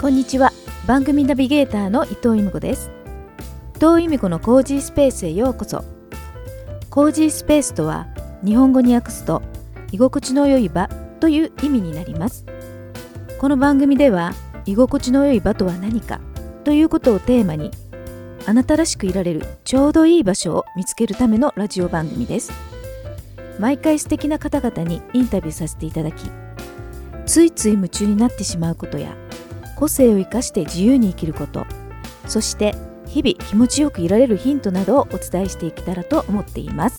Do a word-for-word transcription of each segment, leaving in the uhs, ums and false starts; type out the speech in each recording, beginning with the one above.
こんにちは。番組ナビゲーターの伊藤由美子です。伊藤由美子のコージースペースへようこそ。コージースペースとは日本語に訳すと居心地の良い場という意味になります。この番組では居心地の良い場とは何かということをテーマに、あなたらしくいられるちょうどいい場所を見つけるためのラジオ番組です。毎回素敵な方々にインタビューさせていただき、ついつい夢中になってしまうことや、個性を生かして自由に生きること、そして日々気持ちよくいられるヒントなどをお伝えしていけたらと思っています。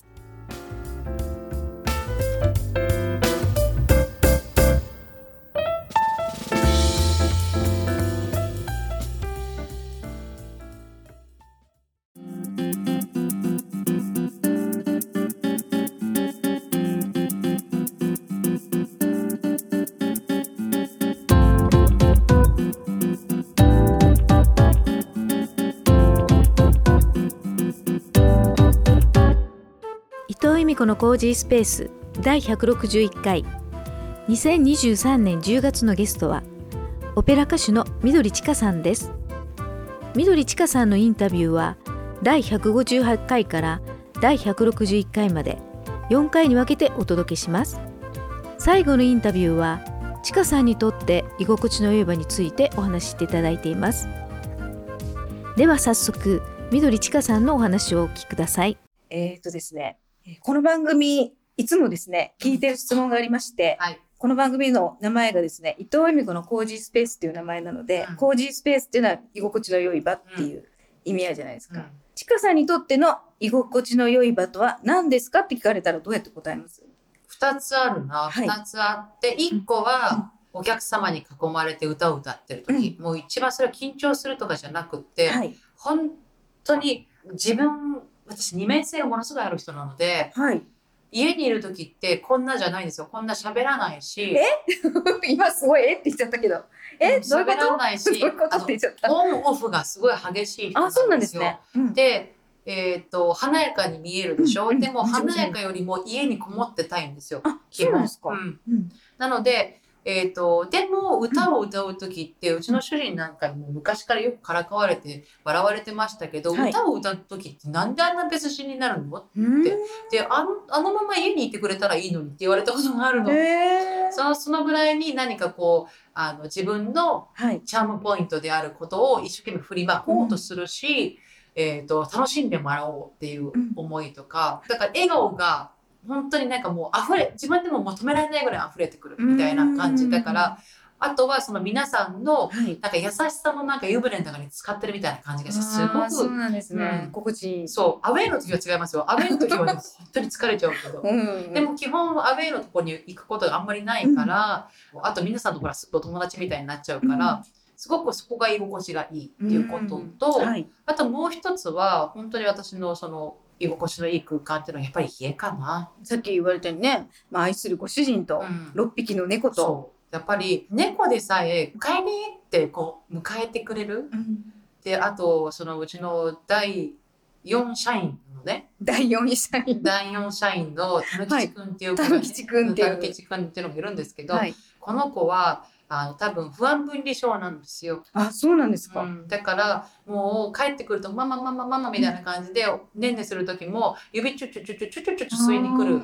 伊藤由美子のコージースペースだいひゃくろくじゅういっかい、にせんにじゅうさんねんじゅうがつのゲストはオペラ歌手の緑千佳さんです。緑千佳さんのインタビューはだいひゃくごじゅうはちかいからだいひゃくろくじゅういっかいまでよんかいに分けてお届けします。最後のインタビューは千佳さんにとって居心地の良い場についてお話ししていただいています。では早速緑千佳さんのお話をお聞きください。 えーとですねこの番組いつもですね聞いてる質問がありまして、はい、この番組の名前がですね伊藤由美子のコージースペースっていう名前なので、うん、コージースペースっていうのは居心地の良い場っていう意味合いじゃないですか、うん、千佳さんにとっての居心地の良い場とは何ですかって聞かれたらどうやって答えます？ ふたつあるな、はい、ふたつあっていっこはお客様に囲まれて歌を歌ってる時、うん、もう一番それは緊張するとかじゃなくて、はい、本当に自分私二面性がものすごいある人なので、はい、家にいる時ってこんなじゃないんですよ。こんな喋らないし、 え今すごいえって言っちゃったけど、えどういうこと？ 喋らないし、 どういうことって言っちゃった。 オンオフがすごい激しい人なんですよ。あ、そうなんですね。うん、で、えっと華やかに見えるでしょ。うん、でも華やかよりも家にこもってたいんですよ。 あ、そうなんですか。 うんうん、なので。えーと、でも歌を歌う時って、うちの主人なんかにも昔からよくからかわれて笑われてましたけど、はい、歌を歌う時ってなんであんな別人になるのってであの、あのまま家にいてくれたらいいのにって言われたことがあるの。その、そのぐらいに何かこうあの自分のチャームポイントであることを一生懸命振りまこうとするし、うん、えーと、楽しんでもらおうっていう思いとか、だから笑顔が本当になんかもう溢れ、自分でも求められないぐらい溢れてくるみたいな感じだから、あとはその皆さんのなんか優しさのなんか湯船の中に使ってるみたいな感じがして、すごく。 そうなんですね。うん、心地いい。 そう、アウェイの時は違いますよ。アウェイの時は、ね、本当に疲れちゃうけど。うん、でも基本アウェイのところに行くことがあんまりないから、うん、あと皆さんのところはすっごい友達みたいになっちゃうから、うん、すごくそこが居心地がいいっていうことと、うんはい、あともう一つは本当に私のその、居心地のいい空間っていうのはやっぱり家かな。 さっき言われたようにね、まあ、愛するご主人とろっぴきの猫と、うん、 そうやっぱり猫でさえ迎えに行ってこう迎えてくれる、うん、であとそのうちのだいよん社員のねだいよん社員だいよん社員のたぬきちくんっていう子が、 ね、はい、たぬきちくんっていうたぬきちくんっていうのがいるんですけど、はい、この子はあの多分不安分離症なんですよ。 あ、そうなんですか。 うん、だからもう帰ってくるとママママママみたいな感じで、うん、ねんねする時も指チュチュチュチュチュチュチュチュ吸いに来る、うん、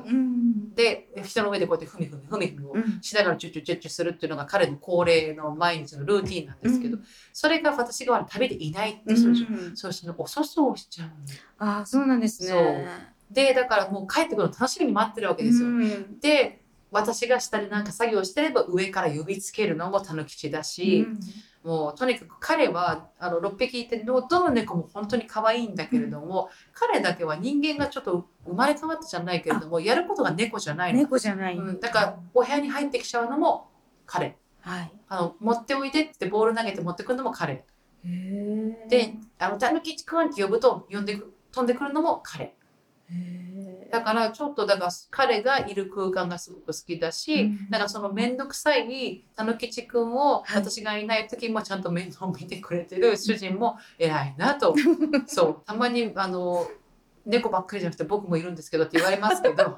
で人の上でこうやってふみふみふみふみをしながらチュチュチュチュするっていうのが彼の恒例の毎日のルーティーンなんですけど、うん、それが私が旅でいないってそうでしょ、うん、そうするとおそそをしちゃうの。あ、そうなんですね。 そうでだからもう帰ってくるの楽しみに待ってるわけですよ。うん、で私が下でなんか作業してれば上から呼びつけるのもたぬきちだし、うん、もうとにかく彼はあのろっぴきいてどの猫も本当に可愛いんだけれども、うん、彼だけは人間がちょっと生まれ変わったじゃないけれどもやることが猫じゃないの。 猫じゃない、 うん、だからお部屋に入ってきちゃうのも彼、はい、あの持っておいでってボール投げて持ってくるのも彼へであのたぬきちくんって呼ぶと呼んでく飛んでくるのも彼へだからちょっとだから彼がいる空間がすごく好きだし、うん、なんかその面倒くさいたぬきちくんを私がいない時もちゃんと面倒を見てくれてる主人も偉いなとそうたまにあの猫ばっかりじゃなくて僕もいるんですけどって言われますけど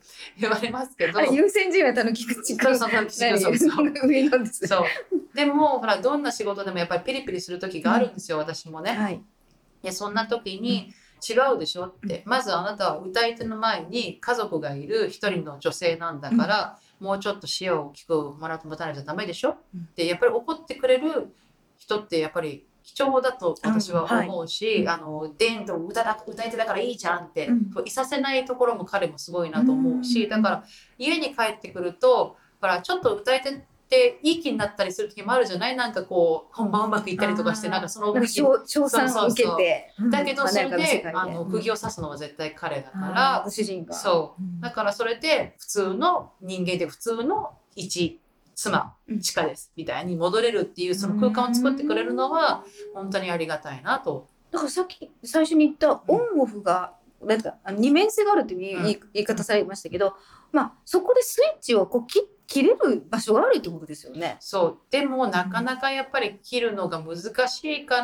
言われますけど。 あれ優先順位はたぬき口そうそうそうそうそう。 上なんです。 そう。でもほらどんな仕事でもやっぱりピリピリする時があるんですよ、うん、私もね。はい。でそんな時に、違うでしょって、まずあなたは歌い手の前に家族がいる一人の女性なんだから、うん、もうちょっと視野を大きくもらって持たないとダメでしょ、うん、ってやっぱり怒ってくれる人ってやっぱり貴重だと私は思うし、うんはい、あのデンと歌だ歌い手だからいいじゃんって、うん、いさせないところも彼もすごいなと思うし、うん、だから家に帰ってくるとほらちょっと歌い手でいい気になったりする時もあるじゃない？なんかこう本番うまくいったりとかしてなんかその賞賛を受けてだけどそれであの釘を刺すのは絶対彼だからご主人がそうだからそれで普通の人間で普通の一妻チカですみたいに戻れるっていうその空間を作ってくれるのは本当にありがたいなと。 だからさっき最初に言ったオンオフがなんか二面性があるという言い方されましたけど、まあそこでスイッチをこう切って切れる場所があるってことですよね。 そうでもなかなかやっぱり切るのが難しいから、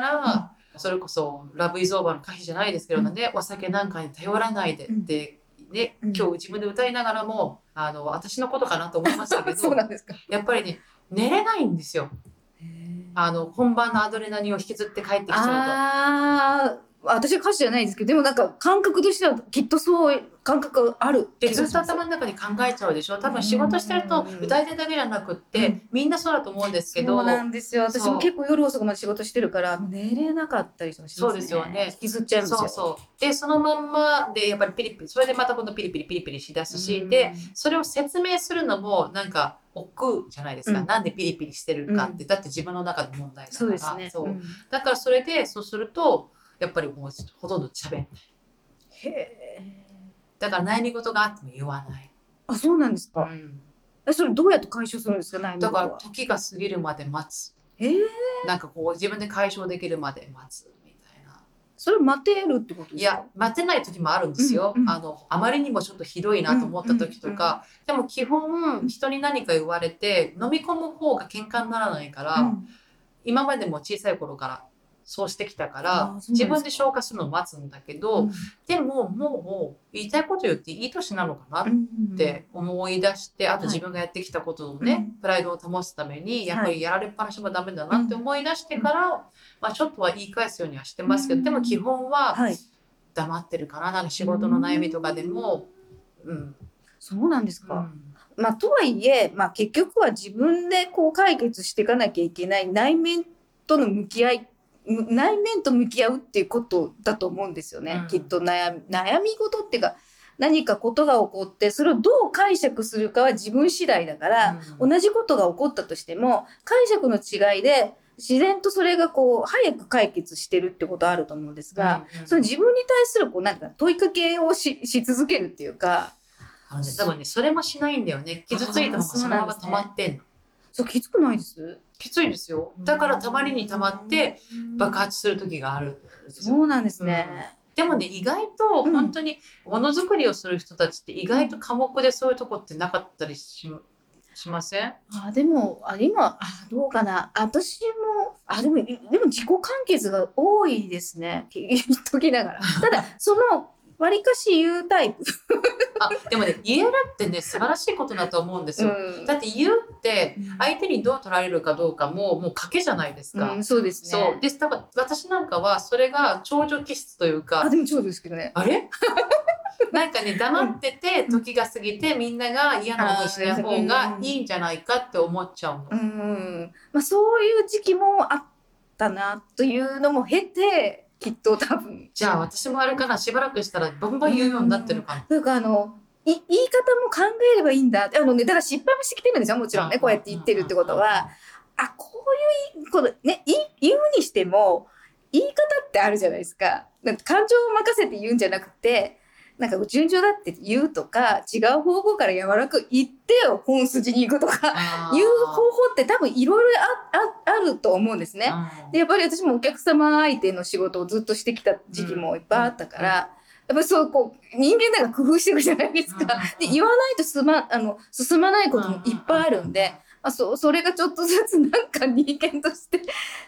うん、それこそラブイズオーバーの歌詞じゃないですけどね、うん、お酒なんかに頼らないでって、うん、ね、今日自分で歌いながらもあの私のことかなと思いましたけどそうなんですか。 やっぱりね寝れないんですよ。あの本番のアドレナリンを引きずって帰ってきちゃうと。あ私は歌手じゃないですけどでもなんか感覚としてはきっとそう感覚があるでずっと頭の中に考えちゃうでしょ。多分仕事してると歌い手だけじゃなくって、うん、みんなそうだと思うんですけど。 そうなんですよ。私も結構夜遅くまで仕事してるから寝れなかったりしますね。 そうですよね。 引きずっちゃうんですよ。 そうそうでそのまんまでやっぱりピリピリそれでまた今度ピリピリピリピリしだすし、うん、でそれを説明するのもなんか億劫じゃないですか、うん、なんでピリピリしてるかって、うん、だって自分の中の問題だから。 そうですね。 そう、うん、だからそれでそうするとやっぱりもうほとんど喋んない。 へえ。 だから悩み事があっても言わない。 あ、そうなんですか。うん、え、それどうやって解消するんですか、悩み事は。 だから時が過ぎるまで待つ。 へえ。 なんかこう自分で解消できるまで待つみたいな。 それ待てるってことですか。 いや、待てない時もあるんですよ。うんうん、あのあまりにもちょっとひどいなと思った時とか。うんうんうん、でも基本人に何か言われて飲み込む方が喧嘩にならないから、うん、今までも小さい頃からそうしてきたから自分で消化するのを待つんだけど、うん、でももう言いたいこと言っていい年なのかなって思い出して、うん、あと自分がやってきたことをね、はい、プライドを保つためにやっぱりやられっぱなしもダメだなって思い出してから、はい、まあ、ちょっとは言い返すようにはしてますけど、うん、でも基本は黙ってるかな。なんか仕事の悩みとかでも、うん、 そうなんですか。うん、まあ、とはいえ、まあ、結局は自分でこう解決していかなきゃいけない内面との向き合い内面と向き合うっていうことだと思うんですよね、うん、きっと悩み悩み事っていうか何かことが起こってそれをどう解釈するかは自分次第だから、うん、同じことが起こったとしても解釈の違いで自然とそれがこう早く解決してるってことあると思うんですが、うんうん、その自分に対するこうなんか問いかけを し, し続けるっていうかあの、ね、多分ねそれもしないんだよね。傷ついたままそのまま止まってんの。 そうきつくないです。 きついですよ。だからたまりにたまって爆発する時がある。 そうなんですね、 うん、でもね意外と本当にものづくりをする人たちって意外と寡黙でそういうとこってなかったり し, しません？ あでもあ今あどうかな私もあでもでも自己完結が多いですね言っときながら。ただそのわりかし言うタイプあでもね言えるってね素晴らしいことだと思うんですよ、うん、だって言うって相手にどう取られるかどうかももう賭けじゃないですか、 うん、そうですね。 そうです。だから私なんかはそれが長女気質というか。 あでも長女ですけどね。 あれなんかね黙ってて時が過ぎてみんなが嫌な思いしない方がいいんじゃないかって思っちゃうの、 うんうんまあ、そういう時期もあったなというのも経てきっと多分じゃあ私もあれかなしばらくしたらバンバン言うようになってるかな。 というかあのい言い方も考えればいいんだあの、ね、だから失敗もしてきてるんですよもちろんねこうやって言ってるってことはあこういうことね言うにしても言い方ってあるじゃないですか。なんか感情を任せて言うんじゃなくてなんか順調だって言うとか違う方向から柔らかく言ってよ本筋に行くとかいう方法って多分いろいろあると思うんですね。でやっぱり私もお客様相手の仕事をずっとしてきた時期もいっぱいあったから、うんうん、やっぱりそうこう人間なんか工夫していくじゃないですか。で言わないとすまあの進まないこともいっぱいあるんで、まあ、そ, それがちょっとずつなんか人間として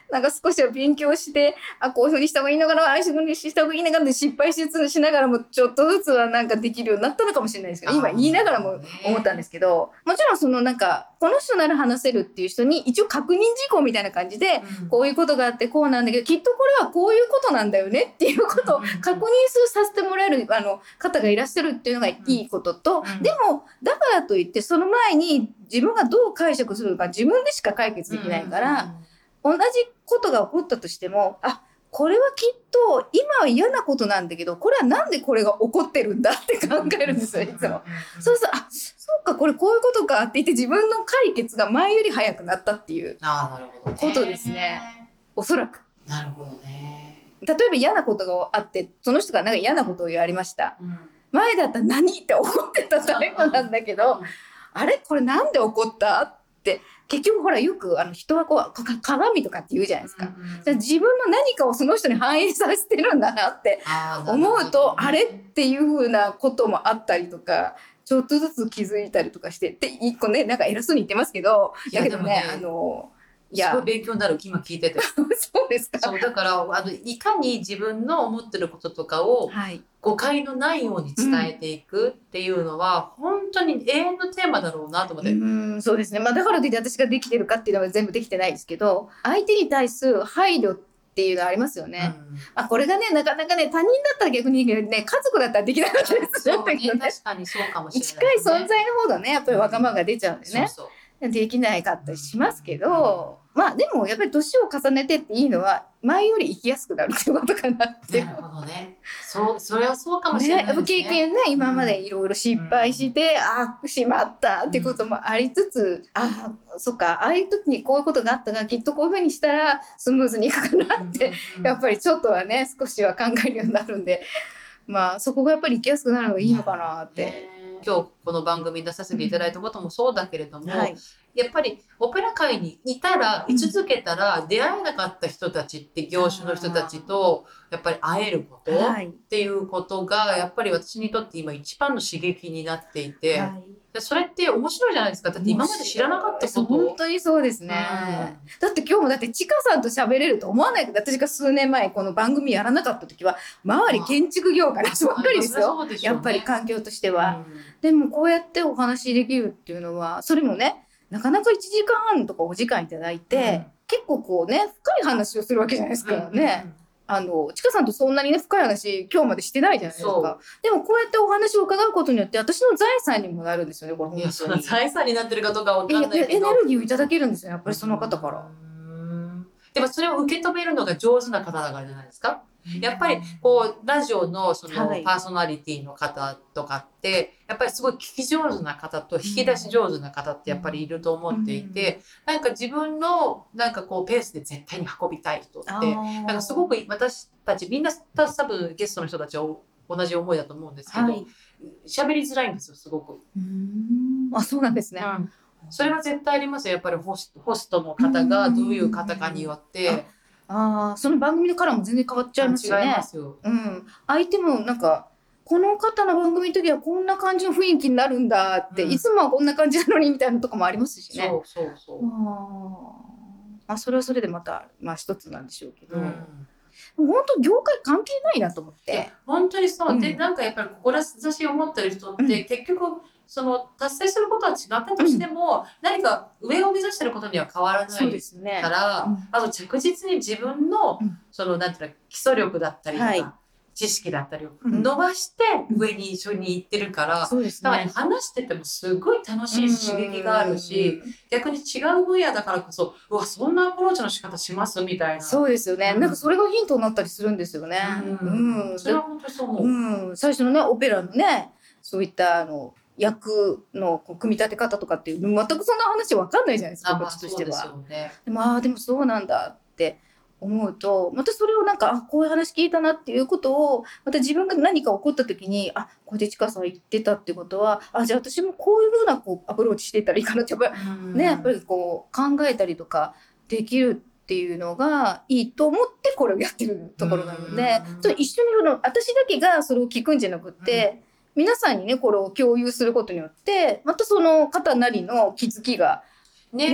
なんか少しは勉強して、あ、こういう風にした方がいいのかな、ああいう風にした方がいいのかなって失敗しつつしながらも、ちょっとずつはなんかできるようになったのかもしれないですけど、今言いながらも思ったんですけど、もちろんそのなんか、この人なら話せるっていう人に一応確認事項みたいな感じで、うん、こういうことがあってこうなんだけど、きっとこれはこういうことなんだよねっていうことを確認させてもらえるあの方がいらっしゃるっていうのがいいことと、うん、でも、だからといってその前に自分がどう解釈するのか自分でしか解決できないから、うん、同じことが起こったとしても、あ、これはきっと今は嫌なことなんだけど、これはなんでこれが起こってるんだって考えるんですよ、いつも。そうそう、あ、そうか、これこういうことかって言って自分の解決が前より早くなったっていうことですね。おそらく。 なるほどね。 例えば嫌なことがあって、その人がなんか嫌なことを言われました。うん、前だったら何って怒ってたタイプなんだけど、あれこれなんで怒ったって結局ほらよくあの人はこう鏡とかって言うじゃないですか、うんうん、自分の何かをその人に反映させてるんだなって思うと、 あ, あれっていう風なこともあったりとか、ちょっとずつ気づいたりとかしてで一個ね、なんか偉そうに言ってますけど、だけどね、あのいやすごい勉強になる、今聞いててそうですか。 そうだからあのいかに自分の思ってることとかを、はい、誤解のないように伝えていくっていうのは、うん、本当に永遠のテーマだろうなと思って。 うん、そうですね。まあだからといって私ができてるかっていうのは全部できてないですけど、相手に対する配慮っていうのはありますよね。うん、あ、これがね、なかなかね、他人だったら逆にいいけどね、家族だったらできなかったりするんだけどね。 確かにそうかもしれない、 ね。近い存在の方がね、やっぱりわがままが出ちゃうんでね。うん、そうそうできないかったりしますけど、うん、まあでもやっぱり年を重ねてっていいのは前より生きやすくなるっていうことかなって。 なるほどね。そう、それはそうかもしれないですね。 ね、経験ね、今までいろいろ失敗して、うん、ああ、しまったっていうこともありつつ、うん、ああ、そっか、ああいう時にこういうことがあったからきっとこういうふうにしたらスムーズにいくかなって、うん、やっぱりちょっとはね、少しは考えるようになるんで、まあそこがやっぱり生きやすくなるのがいいのかなって。 今日この番組に出させていただいたこともそうだけれども、うん、はい、やっぱりオペラ界にいたら、居続けたら出会えなかった人たちって業種の人たちとやっぱり会えることっていうことがやっぱり私にとって今一番の刺激になっていて、はい、それって面白いじゃないですか。だって今まで知らなかったことを。 本当にそうですね、うん、だって今日もだってちかさんと喋れると思わないけど、私が数年前この番組やらなかった時は周り建築業界の人ばっかりですよ、ね、やっぱり環境としては、うん、でもこうやってお話できるっていうのは、それもねなかなかいちじかんはんとかお時間いただいて、うん、結構こうね深い話をするわけじゃないですかね、うんうん、あのちかさんとそんなにね深い話今日までしてないじゃないですか。でもこうやってお話を伺うことによって私の財産にもなるんですよね、これ本当に。いや、その財産になってるかどうかわかんないけど、 エネルギーをいただけるんですよ、やっぱりその方から。 でもそれを受け止めるのが上手な方だからじゃないですか。やっぱりこうラジオのそのパーソナリティの方とかってやっぱりすごい聞き上手な方と引き出し上手な方ってやっぱりいると思っていて、なんか自分のなんかこうペースで絶対に運びたい人ってなんかすごく私たちみんな多分ゲストの人たちは同じ思いだと思うんですけど、喋りづらいんですよ、すごく。うーん、あ、そうなんですね。うん、 それは絶対ありますよ。やっぱりホスト、ホストの方がどういう方かによって。 ああ、その番組のカラーも全然変わっちゃいますよね。違いますよ。うん。相手もなんか、この方の番組の時はこんな感じの雰囲気になるんだって、うん、いつもはこんな感じなのにみたいなとこもありますしね。 そうそうそう。 ああ、それはそれでまた、まあ一つなんでしょうけど。うん、本当業界関係ないなと思って。 本当にそう。うん、で、なんかやっぱり志を持ってる人って、うん、結局、その達成することは違ったとしても、うん、何か上を目指してることには変わらないから、ね、うん、あと着実に自分の、うん、そのなんていうの基礎力だったりとか、はい、知識だったりを伸ばして上に一緒に行ってるから、うん、だから話しててもすごい楽しい刺激があるし、うん、逆に違う分野だからこそ、うわ、そんなアプローチの仕方しますみたいな。 そうですよね。うん、なんかそれがヒントになったりするんですよね。 うん。うん、それは本当にそう思う。 うん。最初のね、オペラのね、そういったあの、役のこう組み立て方とかっていう全くそんな話わかんないじゃないですか、こっちとしては。 そうですよね。 でも、ああ、でもそうなんだって思うと、またそれをなんか、あ、こういう話聞いたなっていうことを、また自分が何か起こった時に、あ、これでちかさん言ってたってことは、あ、じゃあ私もこういうふうなこうアプローチしていったらいいかなって、やっぱりね、やっぱりこう考えたりとかできるっていうのがいいと思ってこれをやってるところなので、それ一緒にその私だけがそれを聞くんじゃなくて、皆さんにね、これを共有することによって、またその方なりの気づきがね、ね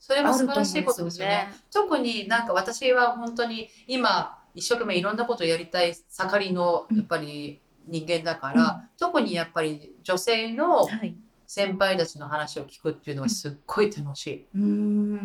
それも素晴らしいことですよね。特になんか私は本当に今一生懸命いろんなことをやりたい盛りのやっぱり人間だから、うん、特にやっぱり女性の先輩たちの話を聞くっていうのはすっごい楽しい。うん、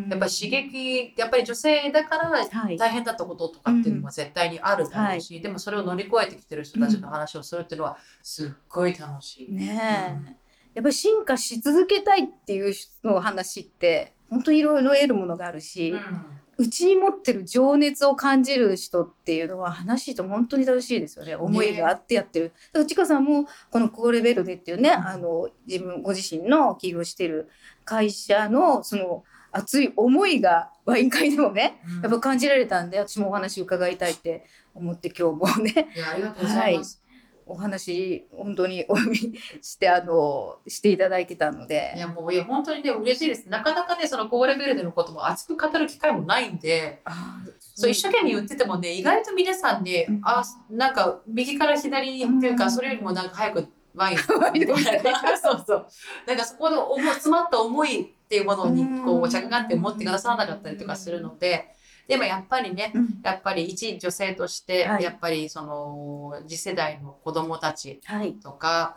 やっぱり刺激、やっぱり女性だから大変だったこととかっていうのは絶対にあるだろうし、はい、でもそれを乗り越えてきてる人たちの話をするっていうのはすっごい楽しい。 ねえ、うん、やっぱり進化し続けたいっていうの話って本当にいろいろ得るものがあるし、うち、うん、に持ってる情熱を感じる人っていうのは話と本当に楽しいですよね。思いがあってやってる。ね、だからちかさんもこの高レベルでっていうね、うん、あの自分ご自身の起業してる会社のその熱い思いがワイン会でもね、うん、やっぱ感じられたんで、私もお話伺いたいって思って今日もね。 いや、ありがとうございます。 はい、お話本当にお読みしてあのしていただいてたので、 いやもういや本当にね嬉しいです。なかなかねその高レベルでのことも熱く語る機会もないんで、あそう一生懸命言っててもね意外と皆さんね、うん、あなんか右から左にっていうか、うん、それよりもなんか早くワインみたいなそうそうなんかそこの詰まった思いっていうものにこう着眼点を持ってくださらなかったりとかするので。でもやっぱりね、うん、やっぱり一女性として、はい、やっぱりその次世代の子供たちとか、はい、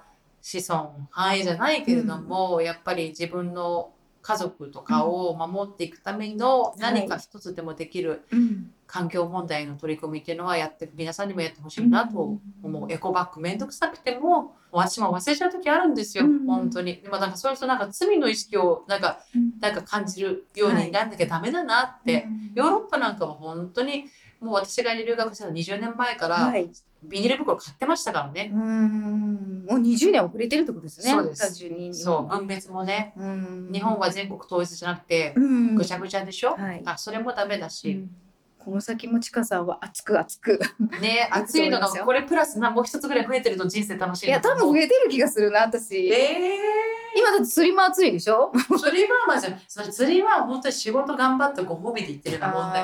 子孫繁栄じゃないけれども、うん、やっぱり自分の家族とかを守っていくための何か一つでもできる環境問題の取り組みっていうのはやって皆さんにもやってほしいなと思う。うん、エコバッグめんどくさくても私も忘れちゃう時あるんですよ、うん、本当に。でもなんかそういう人なんか罪の意識をなんか、うん、なんか感じるようになんなきゃダメだなって、はい、ヨーロッパなんかは本当にもう私が留学したのにじゅうねんまえから、はい、ビニール袋買ってましたからね。 うーんもうにじゅうねん遅れてるってことですね。 そうです。そう分別もね。日本は全国統一じゃなくてぐちゃぐちゃでしょ。はい、あそれもダメだし。うんこの先もちかさんは熱く熱くね熱いのがこれプラスなもう一つぐらい増えてると人生楽しい。 いや多分増えてる気がするな私。えー、今だって釣りも熱いでしょ。 釣りはまあじゃそれ釣りは本当に仕事頑張ってご褒美で行ってるようなもんだから。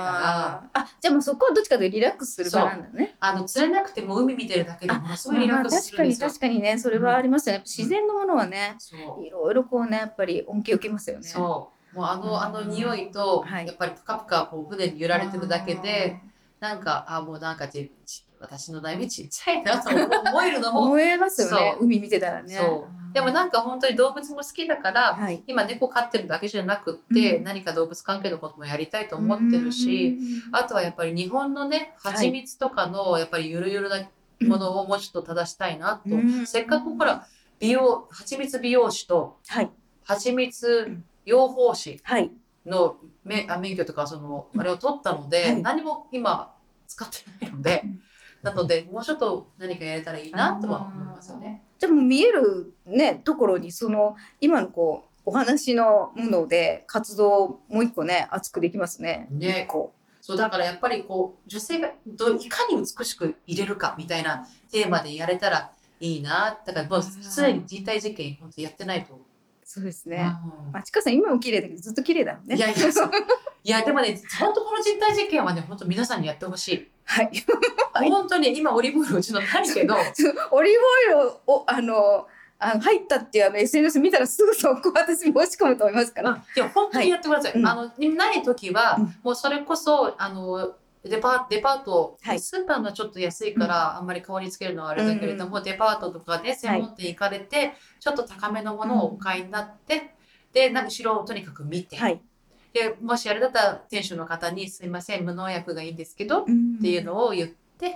あじゃあもうそこはどっちかというとリラックスする場なんだね。 あの釣れなくても海見てるだけでもすごいリラックスするんですよ。 まあ、確かに確かにねそれはありますよね。うん、自然のものはね、うん、いろいろこうねやっぱり恩恵を受けますよね。 そうもうあのあの匂いと、はい、やっぱりぷかぷかこう船に揺られてるだけで。なんか、あ、もうなんかち、私の悩みちっちゃいなと思えるのも。 思えますよね。海見てたらね。 そう。でもなんか本当に動物も好きだから、はい、今猫飼ってるだけじゃなくって、うん、何か動物関係のこともやりたいと思ってるし、あとはやっぱり日本のね、蜂蜜とかのやっぱりゆるゆるなものをもうちょっと正したいなと。せっかくほら、美容、蜂蜜美容師と、はい、蜂蜜養蜂師。はいの免許とかそのあれを取ったので、はい、何も今使ってないので、なのでもうちょっと何かやれたらいいなとは思いますよね。 じゃあもう見えるねところにその今のこうお話のもので活動もう一個ね熱くできますね。 ねこうそうだからやっぱりこう女性がどいかに美しく入れるかみたいなテーマでやれたらいいな。だからもうすでに人体実験本当やってないと。 そうですね。あちかさん今も綺麗だけどずっと綺麗だもんね。 いやいや、いやでもね、本当この人体実験はね、本当皆さんにやってほしい。はい。本当に今オリーブオイルうちのないけど、 オリーブオイルをあのあの入ったっていうあの エスエヌエス 見たらすぐそこ私申し込むと思いますから。 いや本当にやってください。はい、あのない時は、うん、もうそれこそあの。デパ、デパート、はい、スーパーのちょっと安いから、うん、あんまり顔につけるのはあれだけれども、うん、デパートとかで専門店行かれて、はい、ちょっと高めのものをお買いになって、うん、で、なんか後ろをとにかく見て、はい、で、もしあれだったら店主の方にすいません、無農薬がいいんですけど、うん、っていうのを言って、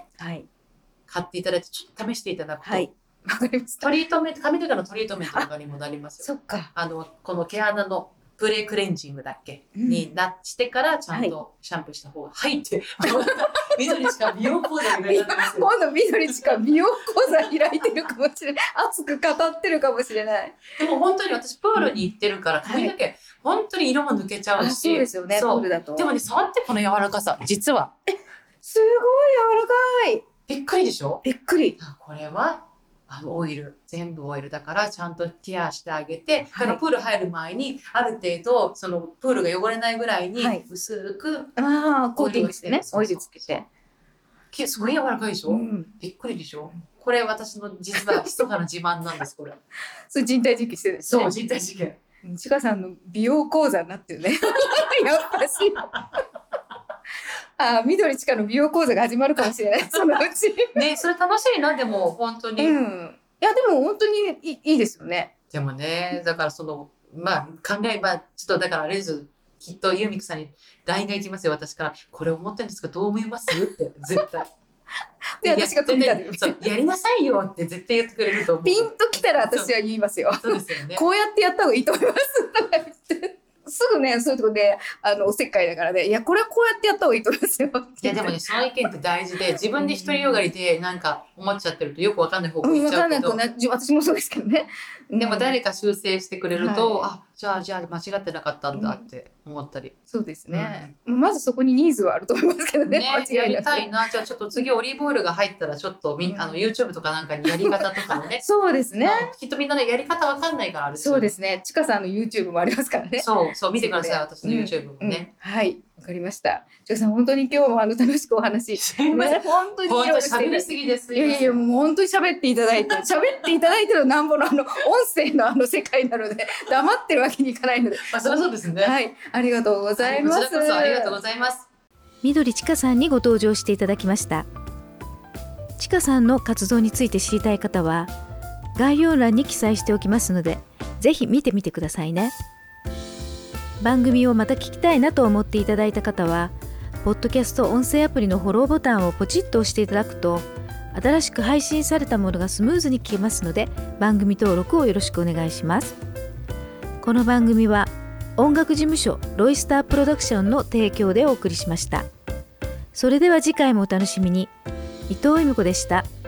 はい、買っていただいて、ちょっと試していただくと、はい、わかります。トリートメント、髪の毛のトリートメントとかにもなりますよ。 そっか。 あの、この毛穴のプレクレンジングだっけ、うん、になしてからちゃんとシャンプーした方が入って、緑しか美容講座みたいになってますよ。 今度緑しか美容講座開いてるかもしれない。熱く語ってるかもしれない。 でも本当に私プールに行ってるから髪の毛、はい、本当に色も抜けちゃうし。 そうですよね。プールだと。 でもね触ってこの柔らかさ実は。 えすごい柔らかい。 びっくりでしょ。 びっくり。 これは。あのオイル全部オイルだからちゃんとケアしてあげて、はい、だからプール入る前にある程度そのプールが汚れないぐらいに薄く、はい、 あコーティングしてねオイルつけてすごい柔らかいでしょ、うん、びっくりでしょ。これ私の実は密かな自慢なんですこれ。 それ人体実験してるんですね。そう人体実験。 ちかさんの美容講座になってるね。 やっぱしあ、緑ちかの美容講座が始まるかもしれないそのうちね、それ楽しいな。でも本当に、 うん、いやでも本当にいい、いいですよね。 でもね、だからそのまあ考えばちょっとだからあれですきっとユーミクさんに ライン が行きますよ。私からこれ思ってるんですけどどう思いますって絶対で私が飛びたでそうやりなさいよって絶対言ってくれると思う。 ピンときたら私は言いますよ。 そうですよね。 こうやってやった方がいいと思いますとか言ってすぐねそういうところであのおせっかいだからね、いやこれはこうやってやった方がいいと思いますよ。 いやでもねその意見って大事で、自分で独りよがりでなんか思っちゃってるとよくわかんない方向に行っちゃうけど、 うん、分かんなくな私もそうですけどね。 でも誰か修正してくれると、 はい、 あじゃあじゃあ間違ってなかったんだって思ったり、うん、 そうですね、うん、まずそこにニーズはあると思いますけどね。 ね、 間違いなくやりたいな。じゃあちょっと次オリーブオイルが入ったらちょっとみ、うん、あの YouTube とかなんかにやり方とかもねそうですね、 きっとみんなねやり方わかんないからある。 そうですね、ちかさんの YouTube もありますからね。 そうそう見てください、私の YouTube もね、 うんうん、はいわかりました。ちかさん本当に今日もあの楽しくお話すいません、 ね、本当に本当喋りすぎです。 いやいやもう本当に喋っていただいて喋っていただいてるなんぼのあの音声のあの世界なので黙ってるわけにいかないので、 まあ、そりゃそうですね。 はい、ありがとうございます。 こちらこそありがとうございます。 緑ちかさんにご登場していただきました。ちかさんの活動について知りたい方は概要欄に記載しておきますので、ぜひ見てみてくださいね。番組をまた聞きたいなと思っていただいた方は、ポッドキャスト音声アプリのフォローボタンをポチッと押していただくと、新しく配信されたものがスムーズに聞けますので、番組登録をよろしくお願いします。この番組は音楽事務所ロイスタープロダクションの提供でお送りしました。それでは次回もお楽しみに。伊藤由美子でした。